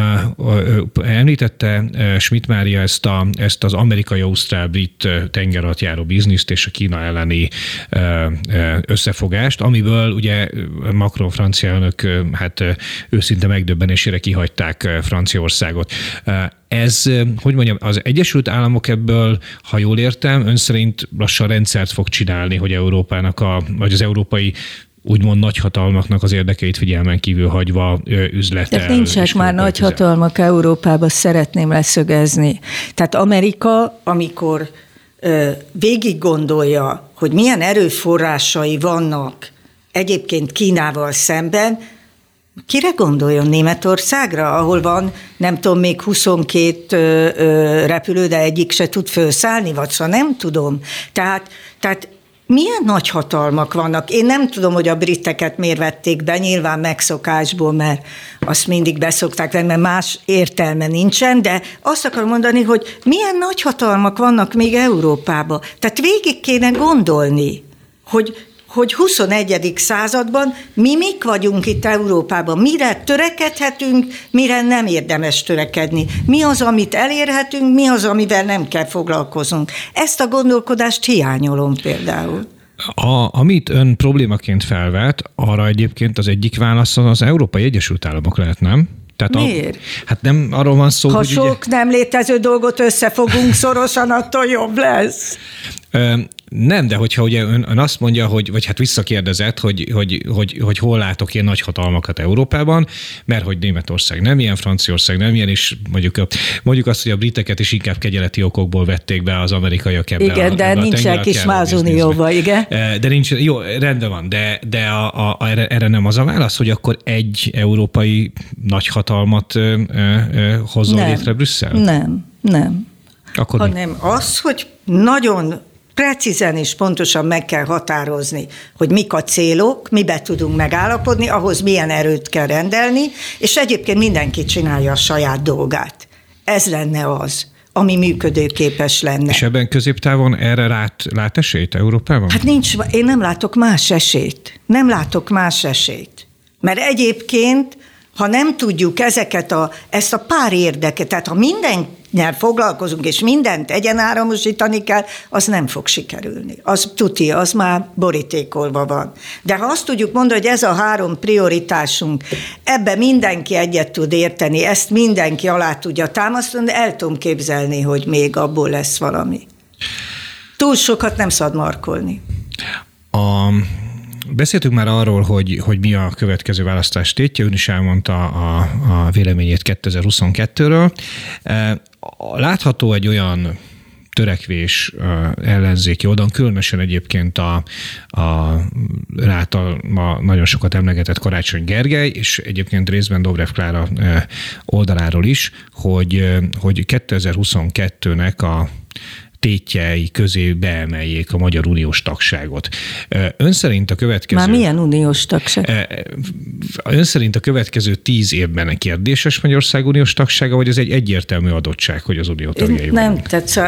említette Schmidt Mária ezt az amerikai-ausztrál-brit tengeralattjáró bizniszt és a Kína elleni összefogást, amiből ugye Macron francia elnök őszinte megdöbbenésére kihagyták Franciaországot. Ez, hogy mondjam, az Egyesült Államok ebből, ha jól értem, ön szerint lassan rendszert fog csinálni, hogy Európának vagy az európai úgymond nagyhatalmaknak az érdekeit figyelmen kívül hagyva üzletel. Tehát nincsenek már nagyhatalmak Európába, szeretném leszögezni. Tehát Amerika, amikor végig gondolja, hogy milyen erőforrásai vannak egyébként Kínával szemben, kire gondoljon? Németországra, ahol van, nem tudom, még 22 repülő, de egyik se tud felszállni, vagy szóval nem tudom. Tehát milyen nagy hatalmak vannak? Én nem tudom, hogy a briteket miért vették be, nyilván megszokásból, mert azt mindig beszokták venni, mert más értelme nincsen, de azt akarom mondani, hogy milyen nagy hatalmak vannak még Európában. Tehát végig kéne gondolni, hogy 21. században mik vagyunk itt Európában, mire törekedhetünk, mire nem érdemes törekedni. Mi az, amit elérhetünk, mi az, amivel nem kell foglalkoznunk. Ezt a gondolkodást hiányolom például. Amit ön problémaként felvet, arra egyébként az egyik válasz az Európai Egyesült Államok lehet, nem? Tehát miért? Hát nem arról van szó, ha hogy sok nem létező dolgot összefogunk szorosan, attól jobb lesz. Nem, de hogyha ugye ön azt mondja, vagy hát visszakérdezett, hogy hol látok ilyen nagy hatalmakat Európában, mert hogy Németország nem ilyen, Franciaország nem ilyen, és mondjuk azt, hogy a briteket is inkább kegyeleti okokból vették be az amerikaiak ebbe. Igen, de nincsen kis mázunióba, igen. De nincs, jó, rendben van, de erre nem az a válasz, hogy akkor egy európai nagyhatalmat hozzon létre Brüsszel? Nem. Akkor hanem az, hogy nagyon precízen és pontosan meg kell határozni, hogy mik a célok, mibe tudunk megállapodni, ahhoz milyen erőt kell rendelni, és egyébként mindenki csinálja a saját dolgát. Ez lenne az, ami működőképes lenne. És ebben középtávon erre lát esélyt Európában? Hát én nem látok más esélyt. Mert egyébként, ha nem tudjuk ezt a pár érdeket, tehát ha mindennel foglalkozunk, és mindent egyenáramosítani kell, az nem fog sikerülni. Az már borítékolva van. De ha azt tudjuk mondani, hogy ez a 3 prioritásunk, ebbe mindenki egyet tud érteni, ezt mindenki alá tudja támasztani, de el tudom képzelni, hogy még abból lesz valami. Túl sokat nem szabad markolni. Beszéltünk már arról, hogy mi a következő választás tétje, ön is elmondta a véleményét 2022-ről. Látható egy olyan törekvés ellenzéki oldalon, különösen egyébként a nagyon sokat emlegetett Karácsony Gergely, és egyébként részben Dobrev Klára oldaláról is, hogy 2022-nek a tétjei közé beemeljék a Magyar Uniós tagságot. Ön szerint a következő... Már milyen uniós tagság? Ön szerint a következő 10 évben kérdéses Magyarország uniós tagsága, vagy ez egy egyértelmű adottság, hogy az unió tagjai nem, tehát szóval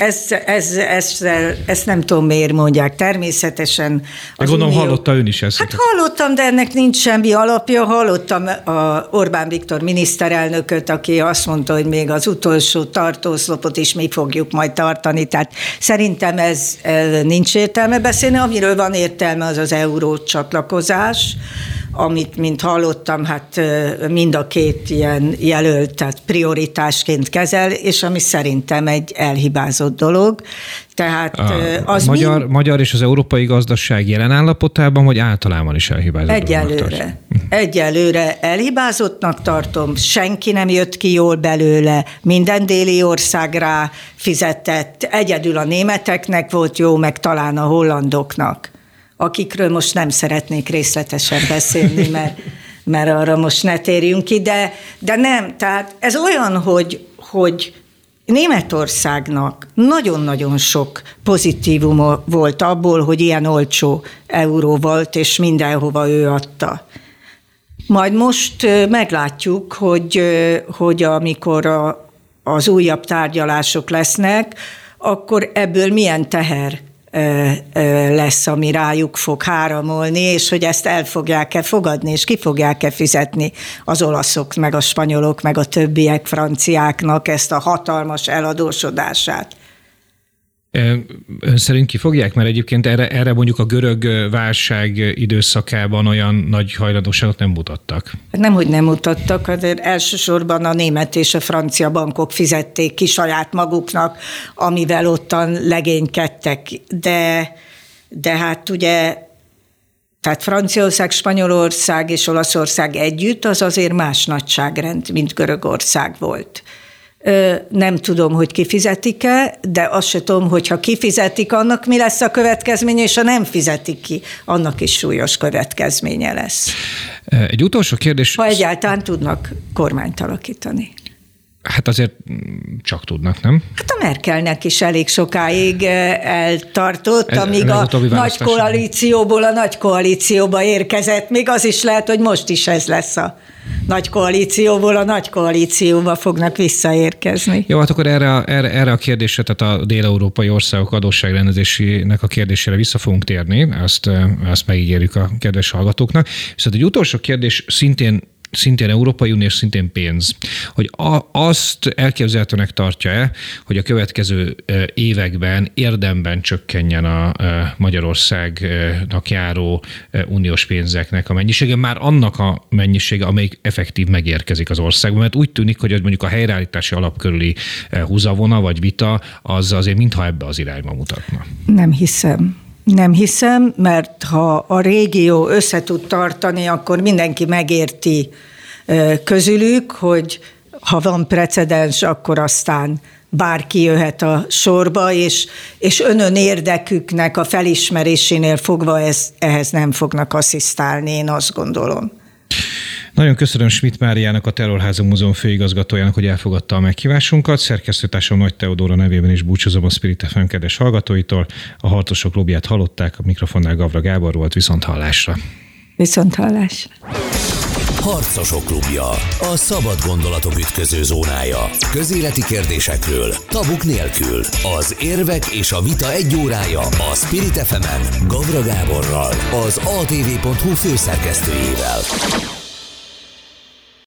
ezt nem tudom, miért mondják. Természetesen... Gondolom, hallotta ön is ezt. Hát hallottam, de ennek nincs semmi alapja. Hallottam Orbán Viktor miniszterelnököt, aki azt mondta, hogy még az utolsó tartóoszlopot is mi fogjuk majd tartani. Tehát szerintem ez nincs értelme beszélni. Amiről van értelme, az az euró csatlakozás, amit, mint hallottam, hát mind a két ilyen jelölt, tehát prioritásként kezel, és ami szerintem egy elhibázott dolog. Tehát az magyar és az európai gazdaság jelen állapotában, vagy általában is elhibázott? Egyelőre elhibázottnak tartom, senki nem jött ki jól belőle, minden déli ország rá fizetett, egyedül a németeknek volt jó, meg talán a hollandoknak, akikről most nem szeretnék részletesen beszélni, mert arra most ne térjünk ki, de nem, tehát ez olyan, hogy Németországnak nagyon-nagyon sok pozitívum volt abból, hogy ilyen olcsó euró volt, és mindenhova ő adta. Majd most meglátjuk, hogy amikor az újabb tárgyalások lesznek, akkor ebből milyen teher lesz, ami rájuk fog háramolni, és hogy ezt el fogják-e fogadni, és ki fogják-e fizetni az olaszok, meg a spanyolok, meg a többiek, franciáknak ezt a hatalmas eladósodását. Ön szerint ki fogják? Mert egyébként erre mondjuk a görög válság időszakában olyan nagy hajlandóságot nem mutattak. Nem, hogy nem mutattak, azért elsősorban a német és a francia bankok fizették ki saját maguknak, amivel ottan legénykedtek. De hát ugye, tehát Franciaország, Spanyolország és Olaszország együtt az azért más nagyságrend, mint Görögország volt. Nem tudom, hogy kifizetik-e, de azt se tudom, hogyha kifizetik, annak mi lesz a következménye, és ha nem fizetik ki, annak is súlyos következménye lesz. Egy utolsó kérdés. Ha egyáltalán tudnak kormányt alakítani. Hát azért csak tudnak, nem? Hát a Merkelnek is elég sokáig eltartott, amíg a nagy koalícióból a nagy koalícióba érkezett. Még az is lehet, hogy most is ez lesz a nagy koalícióból a nagy koalícióba fognak visszaérkezni. Jó, hát akkor erre a kérdésre, tehát a dél-európai országok adósságrendezésének a kérdésére vissza fogunk térni, azt megígérjük a kedves hallgatóknak. Viszont egy utolsó kérdés szintén Európai Unió, szintén pénz. Hogy azt elképzelhetőnek tartja-e, hogy a következő években érdemben csökkenjen a Magyarországnak járó uniós pénzeknek a mennyisége, már annak a mennyisége, amelyik effektív megérkezik az országban, mert úgy tűnik, hogy mondjuk a helyreállítási alap körüli húzavona vagy vita az azért mintha ebbe az irányba mutatna. Nem hiszem, mert ha a régió össze tud tartani, akkor mindenki megérti közülük, hogy ha van precedens, akkor aztán bárki jöhet a sorba, és önön érdeküknek a felismerésénél fogva ehhez nem fognak asszisztálni, én azt gondolom. Nagyon köszönöm Schmidt Máriának, a Terrorháza Múzeum főigazgatójának, hogy elfogadta a meghívásunkat. Szerkesztőtársam Nagy Teodóra nevében is búcsúzom a Spirit FM kedves hallgatóitól. A Harcosok Klubját hallották, a mikrofonnál Gavra Gábor volt, viszonthallásra. Viszonthallásra. Harcosok Klubja, a szabad gondolatok ütköző zónája. Közéleti kérdésekről, tabuk nélkül. Az érvek és a vita egy órája a Spirit FM-en Gavra Gáborral, az atv.hu főszerkesztőjével.